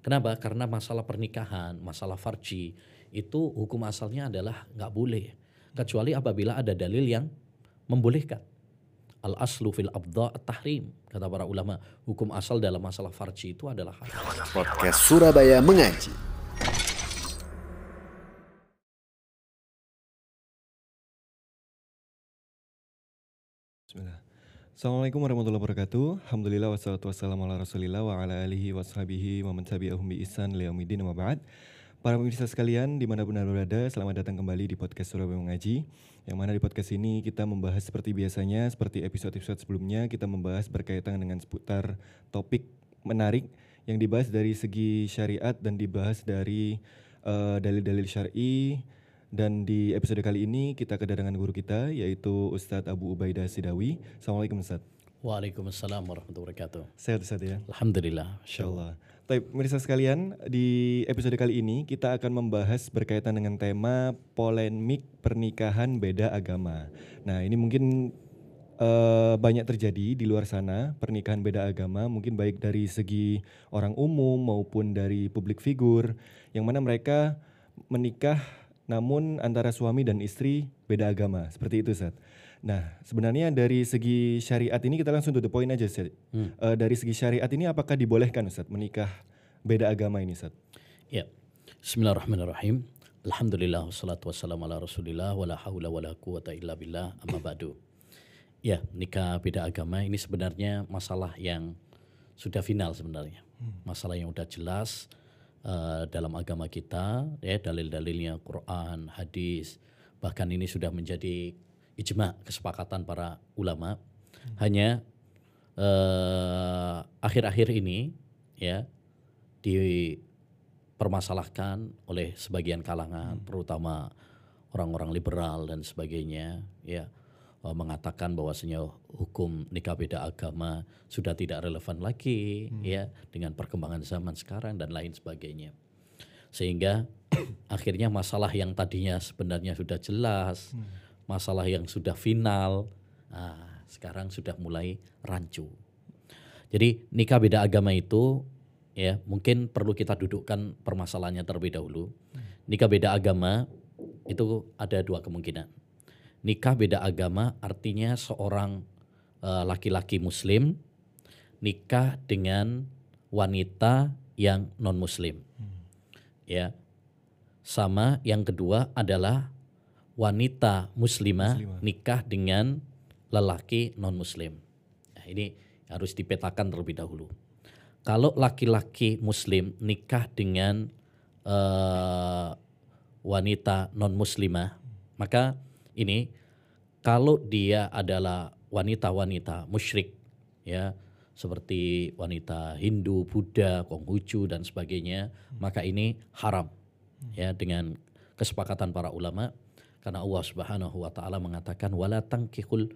Kenapa? Karena masalah pernikahan, masalah farji itu hukum asalnya adalah nggak boleh. Kecuali apabila ada dalil yang membolehkan. Al aslu fil abdha tahrim, kata para ulama. Hukum asal dalam masalah farji itu adalah haram. Podcast Surabaya Mengaji. Bismillah. Assalamualaikum warahmatullahi wabarakatuh. Alhamdulillah wassalatu wassalamu ala rasulillah wa ala alihi washabihi wa man tabi'ahum bi ihsan ila yaumidin wa ba'd. Para pemirsa sekalian dimanapun Anda berada, selamat datang kembali di podcast Surabaya Mengaji. Yang mana di podcast ini kita membahas seperti biasanya, seperti episode-episode sebelumnya, kita membahas berkaitan dengan seputar topik menarik yang dibahas dari segi syariat dan dibahas dari dalil-dalil syar'i. Dan di episode kali ini kita kedatangan guru kita yaitu Ustadz Abu Ubaidah Sidawi. Assalamualaikum Ustadz. Waalaikumsalam warahmatullahi wabarakatuh. Sehat Ustadz ya? Alhamdulillah. Insyaallah. Baik, pemirsa sekalian, di episode kali ini kita akan membahas berkaitan dengan tema polemik pernikahan beda agama. Nah, ini mungkin banyak terjadi di luar sana, pernikahan beda agama, mungkin baik dari segi orang umum maupun dari publik figur, yang mana mereka menikah namun antara suami dan istri beda agama, seperti itu Ustadz. Nah, sebenarnya dari segi syariat ini kita langsung to the point aja Ustadz. Dari segi syariat ini apakah dibolehkan Ustadz menikah beda agama ini Ustadz? Ya. Bismillahirrahmanirrahim. Alhamdulillah wassalatu wassalamu ala rasulillah wala haula wala quwata illa billah amma ba'du. Ya, nikah beda agama ini sebenarnya masalah yang sudah final sebenarnya. Masalah yang sudah jelas dalam agama kita, ya, dalil-dalilnya Quran, hadis, bahkan ini sudah menjadi ijma, kesepakatan para ulama. Hanya akhir-akhir ini ya dipermasalahkan oleh sebagian kalangan, terutama orang-orang liberal dan sebagainya, ya, mengatakan bahwasanya hukum nikah beda agama sudah tidak relevan lagi ya dengan perkembangan zaman sekarang dan lain sebagainya. Sehingga akhirnya masalah yang tadinya sebenarnya sudah jelas, masalah yang sudah final, sekarang sudah mulai rancu. Jadi nikah beda agama itu ya mungkin perlu kita dudukkan permasalahannya terlebih dahulu. Nikah beda agama itu ada dua kemungkinan. Nikah beda agama artinya seorang laki-laki muslim nikah dengan wanita yang non muslim. Ya. Sama yang kedua adalah wanita muslimah nikah dengan lelaki non muslim. Nah, ini harus dipetakan terlebih dahulu. Kalau laki-laki muslim nikah dengan wanita non muslimah, maka ini kalau dia adalah wanita-wanita musyrik ya seperti wanita Hindu, Buddha, Konghucu dan sebagainya, maka ini haram ya dengan kesepakatan para ulama karena Allah Subhanahu wa taala mengatakan wala tankihul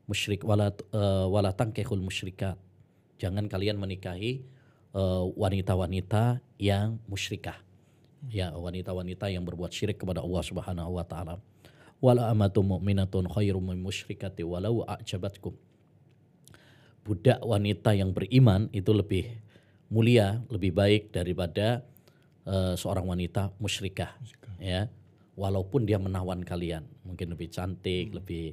musyrikat. Jangan kalian menikahi wanita-wanita yang musyrikah. Ya, wanita-wanita yang berbuat syirik kepada Allah Subhanahu wa taala. Wala amatum mu'minatun khairum min musyrikati walau a'jabatkum. Budak wanita yang beriman itu lebih mulia, lebih baik daripada seorang wanita musyrikah. Ya. Walaupun dia menawan kalian, mungkin lebih cantik, lebih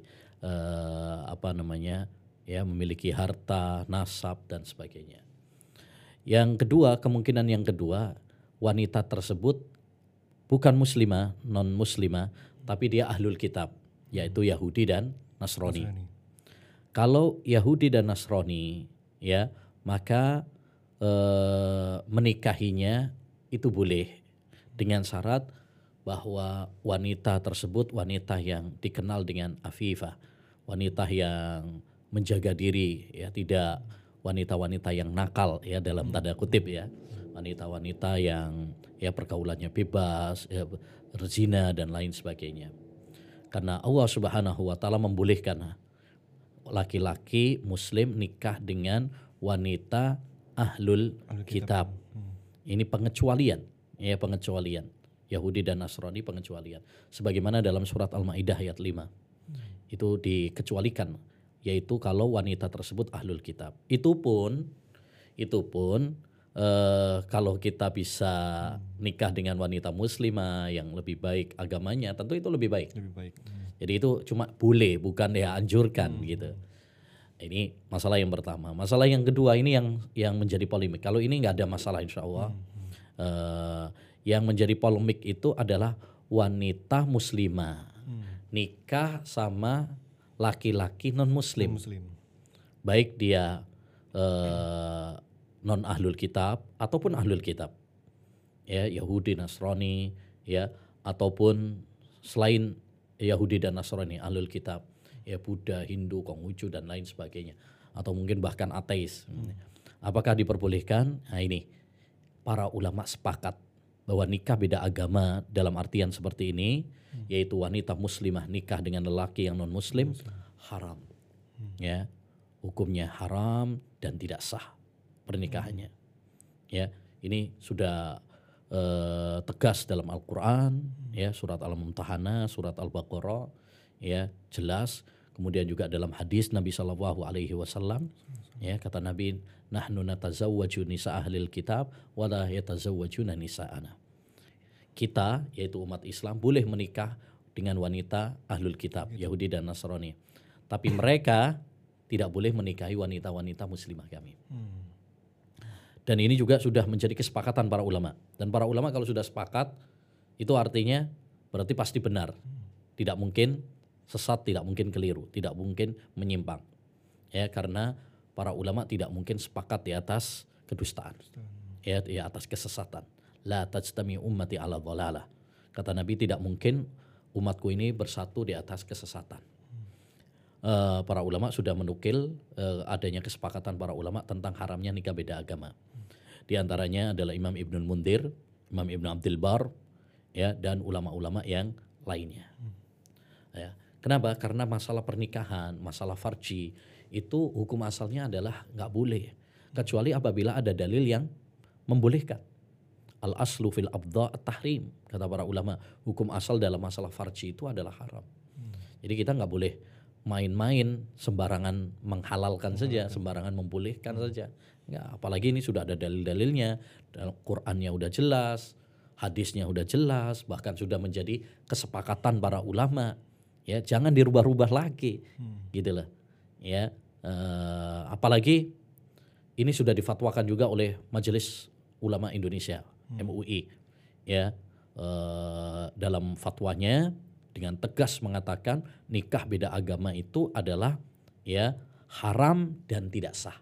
memiliki harta, nasab dan sebagainya. Yang kedua, kemungkinan yang kedua, wanita tersebut bukan muslimah, non muslimah, tapi dia ahlul kitab, yaitu Yahudi dan Nasrani. Kalau Yahudi dan Nasrani, ya, maka menikahinya itu boleh dengan syarat bahwa wanita tersebut wanita yang dikenal dengan afifah, wanita yang menjaga diri, ya, tidak wanita-wanita yang nakal, ya, dalam tanda kutip, ya, wanita-wanita yang ya pergaulannya bebas, ya, berzina dan lain sebagainya. Karena Allah Subhanahu wa taala membolehkan laki-laki muslim nikah dengan wanita ahlul kitab. Ini pengecualian, ya, pengecualian. Yahudi dan Nasrani pengecualian. Sebagaimana dalam surat Al-Maidah ayat 5. Itu dikecualikan, yaitu kalau wanita tersebut ahlul kitab. Itu pun kalau kita bisa nikah dengan wanita muslimah yang lebih baik agamanya, tentu itu lebih baik. Lebih baik. Jadi itu cuma boleh, bukan ya anjurkan gitu. Ini masalah yang pertama. Masalah yang kedua ini yang menjadi polemik. Kalau ini nggak ada masalah insya Allah. Yang menjadi polemik itu adalah wanita muslimah nikah sama laki-laki non muslim. Muslim. Baik dia non ahlul kitab ataupun ahlul kitab, ya Yahudi, Nasrani, ya ataupun selain Yahudi dan Nasrani, ahlul kitab, ya Buddha, Hindu, Konghucu dan lain sebagainya, atau mungkin bahkan ateis. Apakah diperbolehkan? Nah ini para ulama sepakat bahwa nikah beda agama dalam artian seperti ini, yaitu wanita muslimah nikah dengan lelaki yang non muslim haram, ya hukumnya haram dan tidak sah pernikahannya. Ya, ini sudah tegas dalam Al-Qur'an, ya surat Al-Mumtahanah, surat Al-Baqarah, ya jelas. Kemudian juga dalam hadis Nabi Shallallahu Alaihi Wasallam, ya kata Nabi, nahnu natazawwaju nisa ahlil kitab, wala yatazawwajuna nisa'ana. Kita, yaitu umat Islam, boleh menikah dengan wanita ahlul kitab, Yahudi dan Nasrani, tapi mereka tidak boleh menikahi wanita-wanita muslimah kami. Dan ini juga sudah menjadi kesepakatan para ulama. Dan para ulama kalau sudah sepakat, itu artinya berarti pasti benar. Tidak mungkin sesat, tidak mungkin keliru, tidak mungkin menyimpang. Ya, karena para ulama tidak mungkin sepakat di atas kedustaan, ya di atas kesesatan. La tajtami ummati ala dhalalah. Kata Nabi, tidak mungkin umatku ini bersatu di atas kesesatan. Para ulama sudah menukil adanya kesepakatan para ulama tentang haramnya nikah beda agama. Di antaranya adalah Imam Ibnul Mundir, Imam Ibn Abdul Bar, ya dan ulama-ulama yang lainnya. Ya. Kenapa? Karena masalah pernikahan, masalah farji itu hukum asalnya adalah nggak boleh, kecuali apabila ada dalil yang membolehkan. Al aslu fil abdha at-tahrim, kata para ulama, hukum asal dalam masalah farji itu adalah haram. Jadi kita nggak boleh main-main sembarangan menghalalkan saja, sembarangan membolehkan saja. Nggak, apalagi ini sudah ada dalil-dalilnya, Qur'annya udah jelas, hadisnya udah jelas, bahkan sudah menjadi kesepakatan para ulama. Ya, jangan dirubah-rubah lagi, gitu loh. Ya, apalagi ini sudah difatwakan juga oleh Majelis Ulama Indonesia, MUI. Ya, dalam fatwanya dengan tegas mengatakan nikah beda agama itu adalah ya haram dan tidak sah.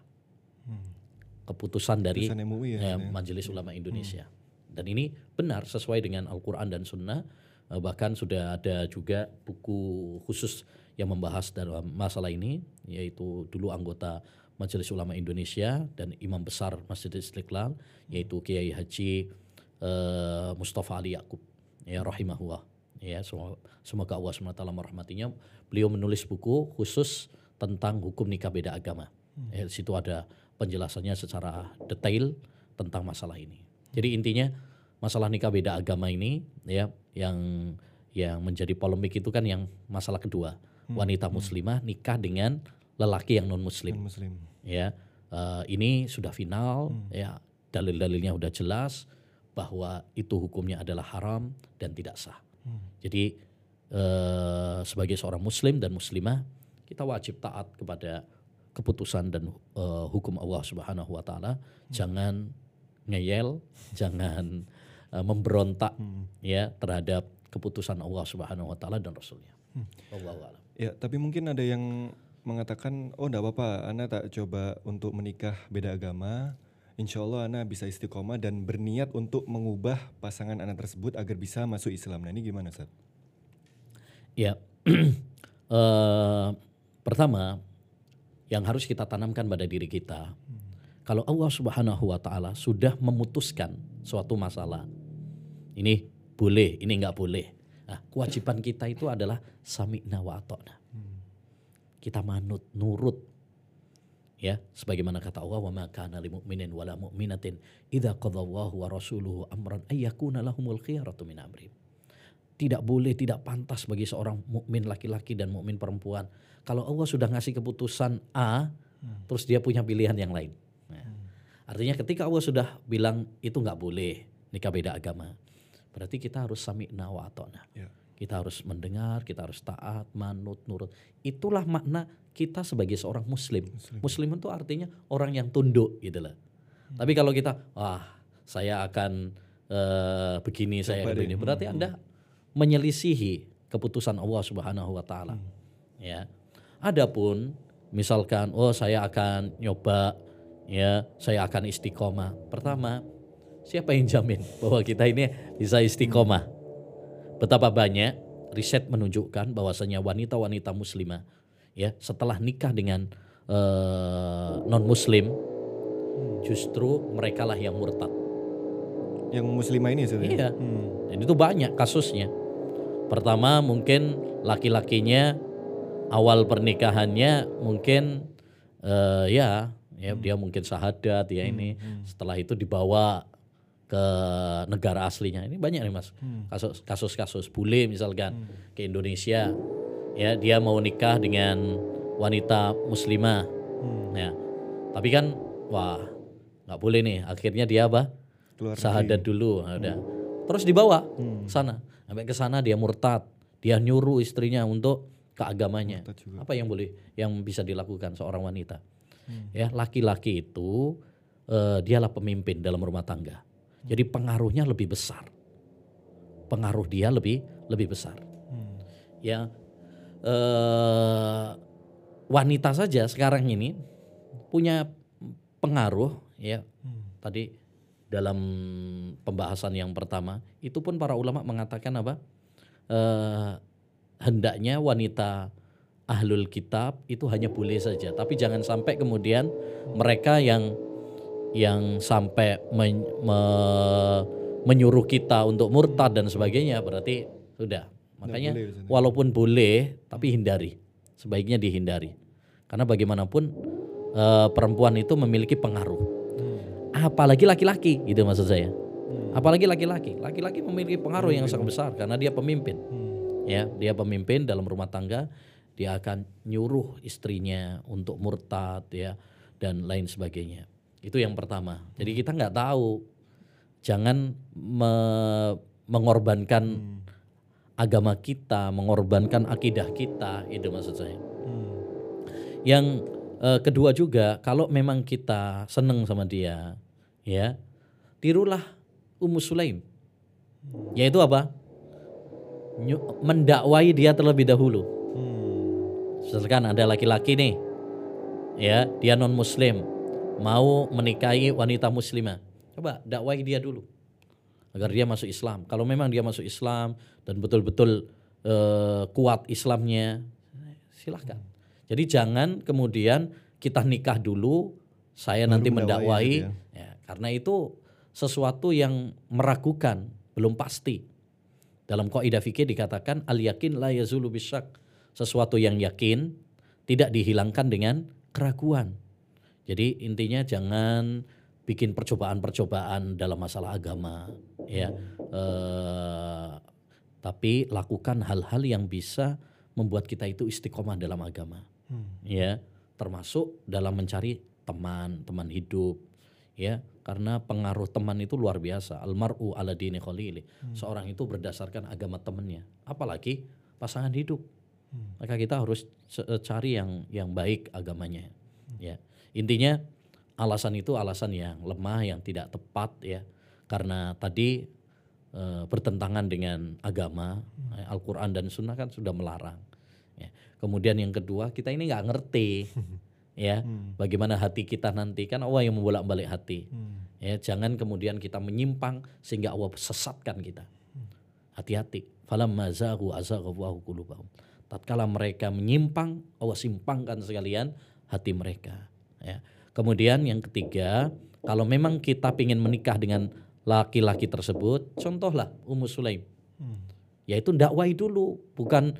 Keputusan dari MUI Majelis Ulama Indonesia. Dan ini benar sesuai dengan Al-Quran dan Sunnah. Bahkan sudah ada juga buku khusus yang membahas dalam masalah ini, yaitu dulu anggota Majelis Ulama Indonesia dan Imam Besar Masjid Istiqlal, yaitu Kiai Haji Mustafa Ali Yaqub, ya rahimahullah. Ya, semoga Allah SWT merahmatinya. Beliau menulis buku khusus tentang hukum nikah beda agama. Di situ ada penjelasannya secara detail tentang masalah ini. Jadi intinya masalah nikah beda agama ini, ya yang menjadi polemik itu kan yang masalah kedua, wanita muslimah nikah dengan lelaki yang non muslim. Ya, ini sudah final, ya dalil-dalilnya sudah jelas bahwa itu hukumnya adalah haram dan tidak sah. Jadi sebagai seorang muslim dan muslimah, kita wajib taat kepada keputusan dan hukum Allah Subhanahu wa taala. Jangan ngeyel, jangan memberontak ya terhadap keputusan Allah Subhanahu wa taala dan Rasulnya. Wallahu a'lam. Ya, tapi mungkin ada yang mengatakan, oh enggak apa-apa, Ana tak coba untuk menikah beda agama. Insya Allah Ana bisa istiqomah dan berniat untuk mengubah pasangan Ana tersebut agar bisa masuk Islam. Nah ini gimana, Ustaz? Ya, pertama yang harus kita tanamkan pada diri kita, kalau Allah Subhanahu wa taala sudah memutuskan suatu masalah, ini boleh, ini enggak boleh. Nah, kewajiban kita itu adalah sami'na wa ata'na. Kita manut, nurut. Ya, sebagaimana kata Allah, wa ma kana lil mu'minin wala mu'minatin idza qadallahu wa rasuluhu amran ay yakuna lahumul khiyaratu min amrihim. Tidak boleh, tidak pantas bagi seorang mukmin laki-laki dan mukmin perempuan kalau Allah sudah ngasih keputusan A, terus dia punya pilihan yang lain. Nah, Artinya ketika Allah sudah bilang itu nggak boleh nikah beda agama, berarti kita harus sami'na wa ata'na. Ya. Kita harus mendengar, kita harus taat, manut, nurut. Itulah makna kita sebagai seorang muslim. Muslim itu artinya orang yang tunduk gitu lah. Tapi kalau kita, saya akan begini, saya akan begini, berarti Anda menyelisihi keputusan Allah Subhanahu wa taala. Ya. Adapun misalkan saya akan nyoba, ya, saya akan istiqomah. Pertama, siapa yang jamin bahwa kita ini bisa istiqomah? Betapa banyak riset menunjukkan bahwasanya wanita-wanita muslimah, ya, setelah nikah dengan non muslim, justru merekalah yang murtad. Yang muslimah ini sebenarnya. Iya. Dan itu banyak kasusnya. Pertama mungkin laki-lakinya awal pernikahannya mungkin ya dia mungkin syahadat ya ini. Setelah itu dibawa ke negara aslinya. Ini banyak nih Mas. Kasus-kasus bule misalkan ke Indonesia. Ya, dia mau nikah dengan wanita muslimah. Ya. Tapi kan nggak boleh nih. Akhirnya dia apa? Keluar Syahadat dulu. Udah. Terus dibawa ke sana. Sampai ke sana dia murtad. Dia nyuruh istrinya untuk ke agamanya. Apa yang bisa dilakukan seorang wanita? Ya, laki-laki itu dialah pemimpin dalam rumah tangga. Jadi pengaruhnya lebih besar. Pengaruh dia lebih besar. Ya, wanita saja sekarang ini punya pengaruh, ya. Tadi dalam pembahasan yang pertama itu pun para ulama mengatakan apa? Hendaknya wanita ahlul kitab itu hanya boleh saja, tapi jangan sampai kemudian mereka yang sampai menyuruh kita untuk murtad dan sebagainya, berarti sudah. Makanya walaupun boleh tapi hindari, sebaiknya dihindari, karena bagaimanapun perempuan itu memiliki pengaruh, apalagi laki-laki gitu maksud saya. Apalagi laki-laki memiliki pengaruh yang sangat besar karena dia pemimpin. Ya, dia pemimpin dalam rumah tangga, dia akan nyuruh istrinya untuk murtad, ya, dan lain sebagainya. Itu yang pertama. Jadi kita nggak tahu, jangan mengorbankan agama kita, mengorbankan akidah kita, itu maksud saya. Yang kedua juga, kalau memang kita seneng sama dia, ya, tirulah Ummu Sulaim. Yaitu apa? Mendakwai dia terlebih dahulu. Misalkan ada laki-laki nih, ya, dia non muslim, mau menikahi wanita muslimah, coba dakwai dia dulu agar dia masuk Islam. Kalau memang dia masuk Islam dan betul-betul kuat Islamnya, silahkan. Jadi jangan kemudian kita nikah dulu, saya nanti mendakwai, ya, karena itu sesuatu yang meragukan, belum pasti. Dalam kaidah fikih dikatakan al-yakin la yazulu bisyak, sesuatu yang yakin tidak dihilangkan dengan keraguan. Jadi intinya jangan bikin percobaan-percobaan dalam masalah agama, ya. Tapi lakukan hal-hal yang bisa membuat kita itu istiqomah dalam agama, ya. Termasuk dalam mencari teman hidup, ya. Karena pengaruh teman itu luar biasa. Almar'u ala dini khalili. Seorang itu berdasarkan agama temannya, apalagi pasangan hidup. Maka kita harus cari yang baik agamanya, ya. Intinya alasan itu alasan yang lemah, yang tidak tepat, ya, karena tadi bertentangan dengan agama. Al-Quran dan Sunnah kan sudah melarang, ya. Kemudian yang kedua, kita ini nggak ngerti, ya, bagaimana hati kita nanti, kan Allah yang membolak-balik hati, ya. Jangan kemudian kita menyimpang sehingga Allah sesatkan kita. Hati-hati. Falamma zaghu azaghallahu qulubahum. Tatkala mereka menyimpang, Allah simpangkan sekalian hati mereka, ya. Kemudian yang ketiga, kalau memang kita ingin menikah dengan laki-laki tersebut, contohlah Ummu Sulaim, yaitu dakwai dulu, bukan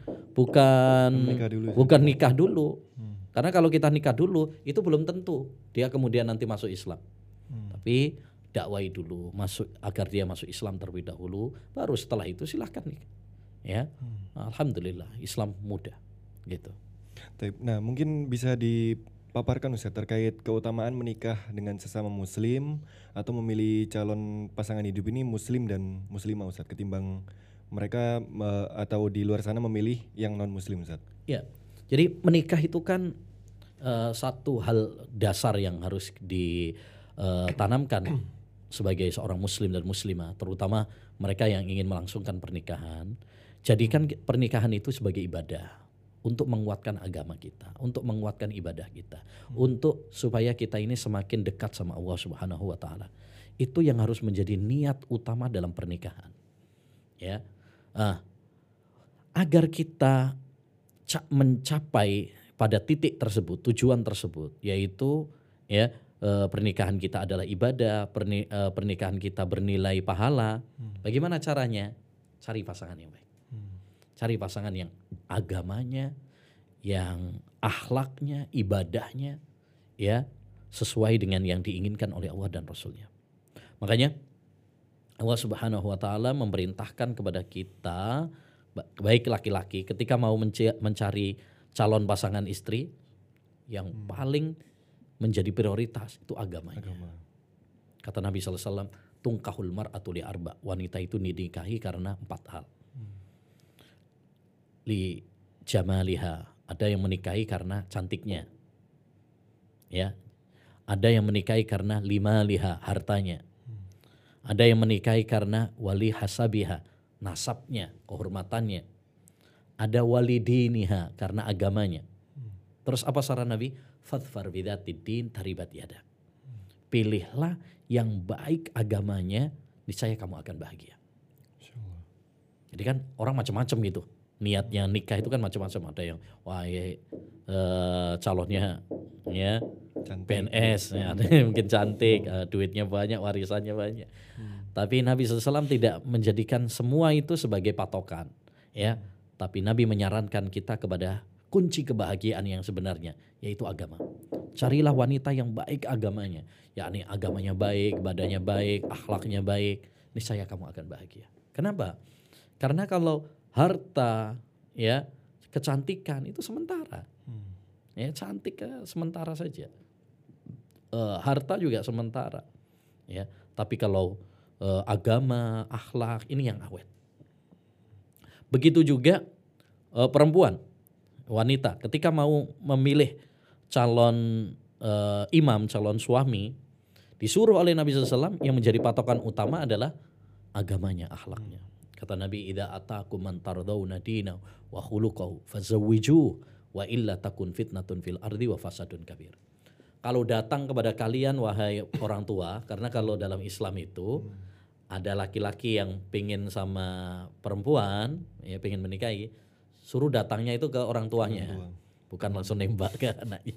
nikah dulu. Karena kalau kita nikah dulu, itu belum tentu dia kemudian nanti masuk Islam. Tapi dakwai dulu, agar dia masuk Islam terlebih dahulu, baru setelah itu silahkan nikah, ya. Alhamdulillah Islam mudah, gitu. Nah, mungkin bisa paparkan Ustaz terkait keutamaan menikah dengan sesama muslim atau memilih calon pasangan hidup ini muslim dan muslimah Ustaz ketimbang mereka atau di luar sana memilih yang non muslim Ustaz. Ya, jadi menikah itu kan satu hal dasar yang harus ditanamkan sebagai seorang muslim dan muslimah, terutama mereka yang ingin melangsungkan pernikahan. Jadikan pernikahan itu sebagai ibadah untuk menguatkan agama kita, untuk menguatkan ibadah kita, untuk supaya kita ini semakin dekat sama Allah Subhanahu wa taala. Itu yang harus menjadi niat utama dalam pernikahan. Ya. Agar kita mencapai pada titik tersebut, tujuan tersebut, yaitu ya pernikahan kita adalah ibadah, pernikahan kita bernilai pahala. Bagaimana caranya? Cari pasangan yang baik. Cari pasangan yang agamanya, yang akhlaknya, ibadahnya ya sesuai dengan yang diinginkan oleh Allah dan Rasulnya. Makanya Allah Subhanahu wa taala memerintahkan kepada kita baik laki-laki ketika mau mencari calon pasangan istri yang paling menjadi prioritas itu agamanya. Kata Nabi SAW, tungkahul mar'atu li arba, wanita itu dinikahi karena 4 hal. Li jamaliha, ada yang menikahi karena cantiknya. Ya. Ada yang menikahi karena limaliha, hartanya. Ada yang menikahi karena wali hasabiha, nasabnya, kehormatannya. Ada walidiniha karena agamanya. Terus apa saran Nabi? Fadfar bidzatid din taribat yadak. Pilihlah yang baik agamanya, niscaya kamu akan bahagia. Jadi kan orang macam-macam gitu. Niatnya nikah itu kan macam-macam. Ada yang calonnya ya cantik. PNS, ya, ada yang mungkin cantik, duitnya banyak, warisannya banyak. Tapi Nabi SAW tidak menjadikan semua itu sebagai patokan, ya. Tapi Nabi menyarankan kita kepada kunci kebahagiaan yang sebenarnya, yaitu agama. Carilah wanita yang baik agamanya, yakni agamanya baik, ibadahnya baik, akhlaknya baik, niscaya kamu akan bahagia. Kenapa? Karena kalau harta, ya, kecantikan itu sementara, ya, cantik sementara saja, harta juga sementara, ya. Tapi kalau agama, akhlak ini yang awet. Begitu juga perempuan, wanita ketika mau memilih calon imam, calon suami, disuruh oleh Nabi SAW yang menjadi patokan utama adalah agamanya, akhlaknya. Kata Nabi, idza atakum man tardawna dinahu wa khuluquhu fazawwijuhu wa illa takun fitnatun fil ardi wa fasadun kabir. Kalau datang kepada kalian wahai orang tua, karena kalau dalam Islam itu ada laki-laki yang pengen sama perempuan, ya pengen menikahi, suruh datangnya itu ke orang tuanya, bukan langsung nembak ke anaknya.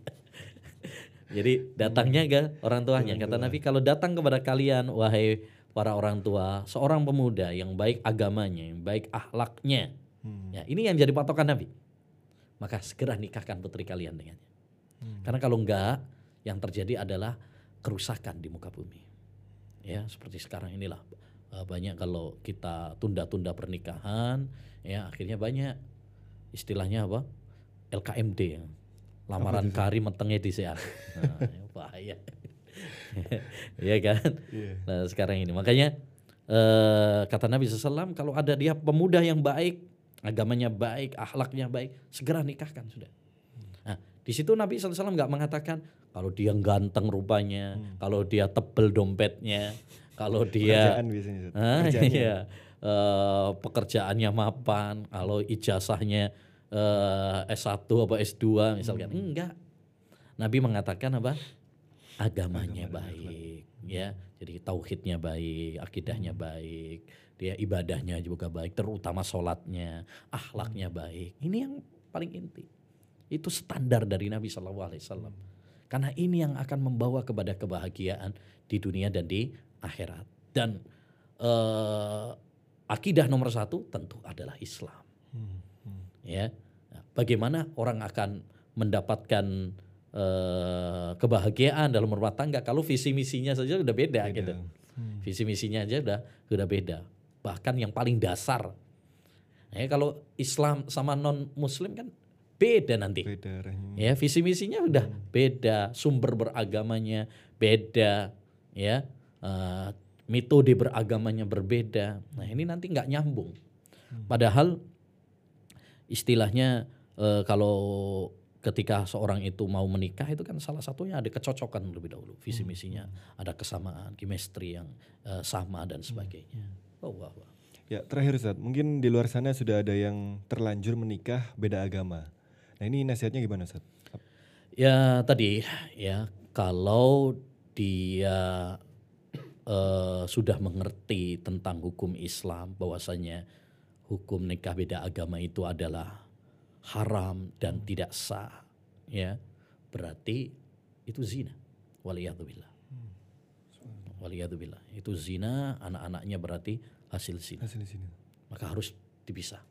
Jadi datangnya ke orang tuanya. Kata Nabi, kalau datang kepada kalian wahai para orang tua, seorang pemuda yang baik agamanya, yang baik akhlaknya, ya ini yang jadi patokan Nabi. Maka segera nikahkan putri kalian dengannya. Karena kalau enggak, yang terjadi adalah kerusakan di muka bumi. Ya seperti sekarang inilah. Banyak kalau kita tunda-tunda pernikahan, ya akhirnya banyak istilahnya apa? LKMD, lamaran kari metengnya di sehat. Nah, bahaya. Iya kan? Nah sekarang ini makanya kata Nabi SAW, kalau ada dia pemuda yang baik, agamanya baik, akhlaknya baik, segera nikahkan sudah. Nah di situ Nabi SAW nggak mengatakan kalau dia ganteng rupanya, kalau dia tebel dompetnya, kalau dia pekerjaannya mapan, kalau ijazahnya S1 atau S2 misalkan. Enggak. Nabi mengatakan apa? Agamanya baik, ya. Jadi tauhidnya baik, akidahnya baik, dia ibadahnya juga baik, terutama sholatnya, akhlaknya baik. Ini yang paling inti. Itu standar dari Nabi SAW. Karena ini yang akan membawa kepada kebahagiaan di dunia dan di akhirat. Dan akidah nomor 1 tentu adalah Islam. Ya, bagaimana orang akan mendapatkan kebahagiaan dalam rumah tangga kalau visi misinya saja sudah beda. Gitu. Visi misinya aja sudah beda. Bahkan yang paling dasar. Ya, kalau Islam sama non Muslim kan beda nanti. Beda arahnya. Ya, visi misinya udah beda, sumber beragamanya beda, ya, metode beragamanya berbeda. Nah ini nanti nggak nyambung. Padahal istilahnya kalau ketika seorang itu mau menikah itu kan salah satunya ada kecocokan lebih dahulu, visi misinya, ada kesamaan, chemistry yang sama dan sebagainya. Wah. Ya terakhir Ustadz, mungkin di luar sana sudah ada yang terlanjur menikah beda agama. Nah ini nasihatnya gimana Ustadz? Ya tadi ya kalau dia sudah mengerti tentang hukum Islam bahwasanya hukum nikah beda agama itu adalah haram dan tidak sah, ya berarti itu zina. Waliyadzubillah. Waliyadzubillah. Itu zina, anak-anaknya berarti hasil zina. Hasil sini. Maka harus dipisah.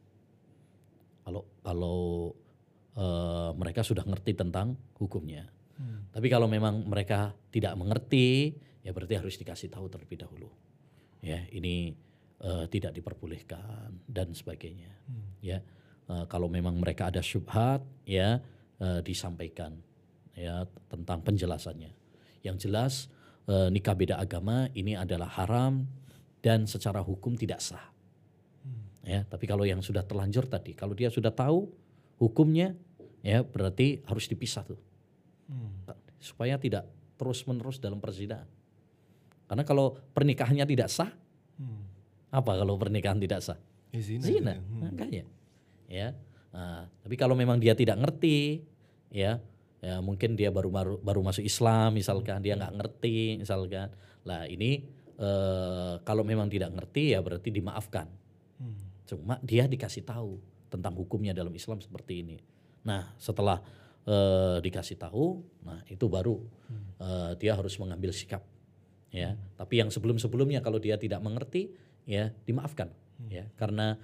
Kalau mereka sudah ngerti tentang hukumnya. Tapi kalau memang mereka tidak mengerti, ya berarti harus dikasih tahu terlebih dahulu. Ya, ini tidak diperbolehkan dan sebagainya. Ya, kalau memang mereka ada syubhat, ya disampaikan ya tentang penjelasannya. Yang jelas nikah beda agama ini adalah haram dan secara hukum tidak sah. Ya, tapi kalau yang sudah terlanjur tadi, kalau dia sudah tahu hukumnya, ya berarti harus dipisah tuh, supaya tidak terus-menerus dalam perzinahan. Karena kalau pernikahannya tidak sah, apa kalau pernikahan tidak sah? Zina, makanya. Ya, tapi kalau memang dia tidak ngerti, ya mungkin dia baru masuk Islam misalkan, dia nggak ngerti misalkan, lah ini kalau memang tidak ngerti ya berarti dimaafkan. Cuma dia dikasih tahu tentang hukumnya dalam Islam seperti ini. Nah setelah dikasih tahu, nah itu baru dia harus mengambil sikap. Ya, tapi yang sebelumnya kalau dia tidak mengerti, ya dimaafkan. Ya, karena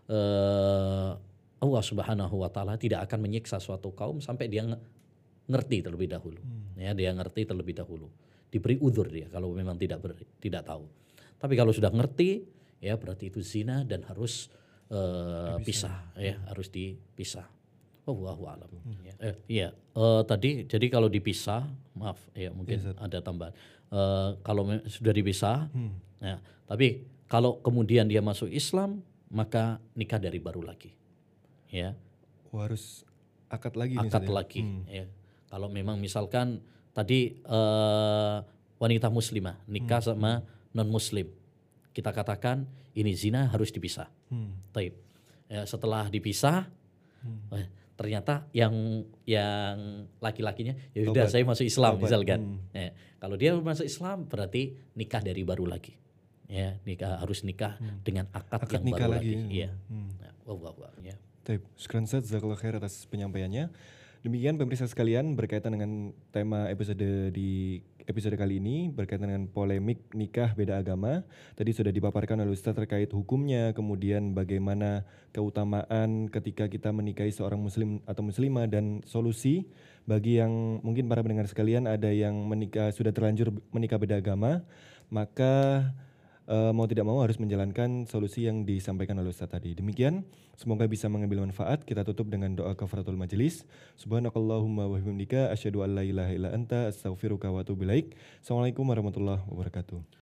Allah Subhanahu Wa Taala tidak akan menyiksa suatu kaum sampai dia ngerti terlebih dahulu. Ya, dia ngerti terlebih dahulu. Diberi udzur dia kalau memang tidak tahu. Tapi kalau sudah ngerti, ya berarti itu zina dan harus pisah. Ya, harus dipisah. Wallahu a'lam. Tadi jadi kalau dipisah, maaf ya mungkin ada tambahan. Kalau sudah dipisah, ya, tapi kalau kemudian dia masuk Islam, maka nikah dari baru lagi. Ya. Harus akad lagi. Akad lagi. Ya. Kalau memang misalkan tadi wanita muslimah nikah sama non muslim, kita katakan ini zina, harus dipisah. Taib. Ya, setelah dipisah, ternyata yang laki-lakinya ya sudah saya masuk Islam misalkan. Ya, kalau dia masuk Islam berarti nikah dari baru lagi. Ya, harus nikah dengan akad yang baru lagi. Iya. Ya. Baik, syukran Ustaz, jazakallahu khair atas penyampaiannya. Demikian pemirsa sekalian, berkaitan dengan tema di episode kali ini berkaitan dengan polemik nikah beda agama. Tadi sudah dipaparkan oleh Ustaz terkait hukumnya, kemudian bagaimana keutamaan ketika kita menikahi seorang muslim atau muslimah, dan solusi bagi yang mungkin para pendengar sekalian ada yang sudah terlanjur menikah beda agama, maka mau tidak mau harus menjalankan solusi yang disampaikan oleh Ustaz tadi. Demikian, semoga bisa mengambil manfaat. Kita tutup dengan doa kafaratul majelis. Subhanakallahumma wa bihamdika asyhadu an la ilaha illa anta astaghfiruka wa atubu ilaik. Assalamualaikum warahmatullahi wabarakatuh.